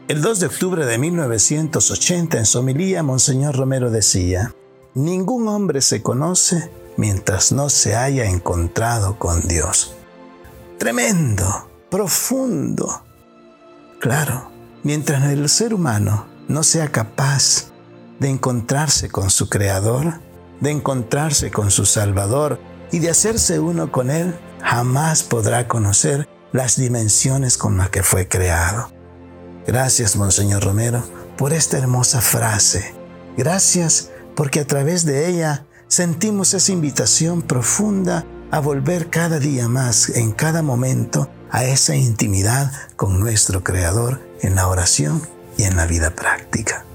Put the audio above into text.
El 2 de octubre de 1980, en su homilía, Monseñor Romero decía: ningún hombre se conoce mientras no se haya encontrado con Dios. Tremendo, profundo. Claro, mientras el ser humano no sea capaz de encontrarse con su Creador, de encontrarse con su Salvador y de hacerse uno con Él, jamás podrá conocer las dimensiones con las que fue creado. Gracias, Monseñor Romero, por esta hermosa frase. Gracias porque a través de ella sentimos esa invitación profunda a volver cada día más, en cada momento, a esa intimidad con nuestro Creador en la oración y en la vida práctica.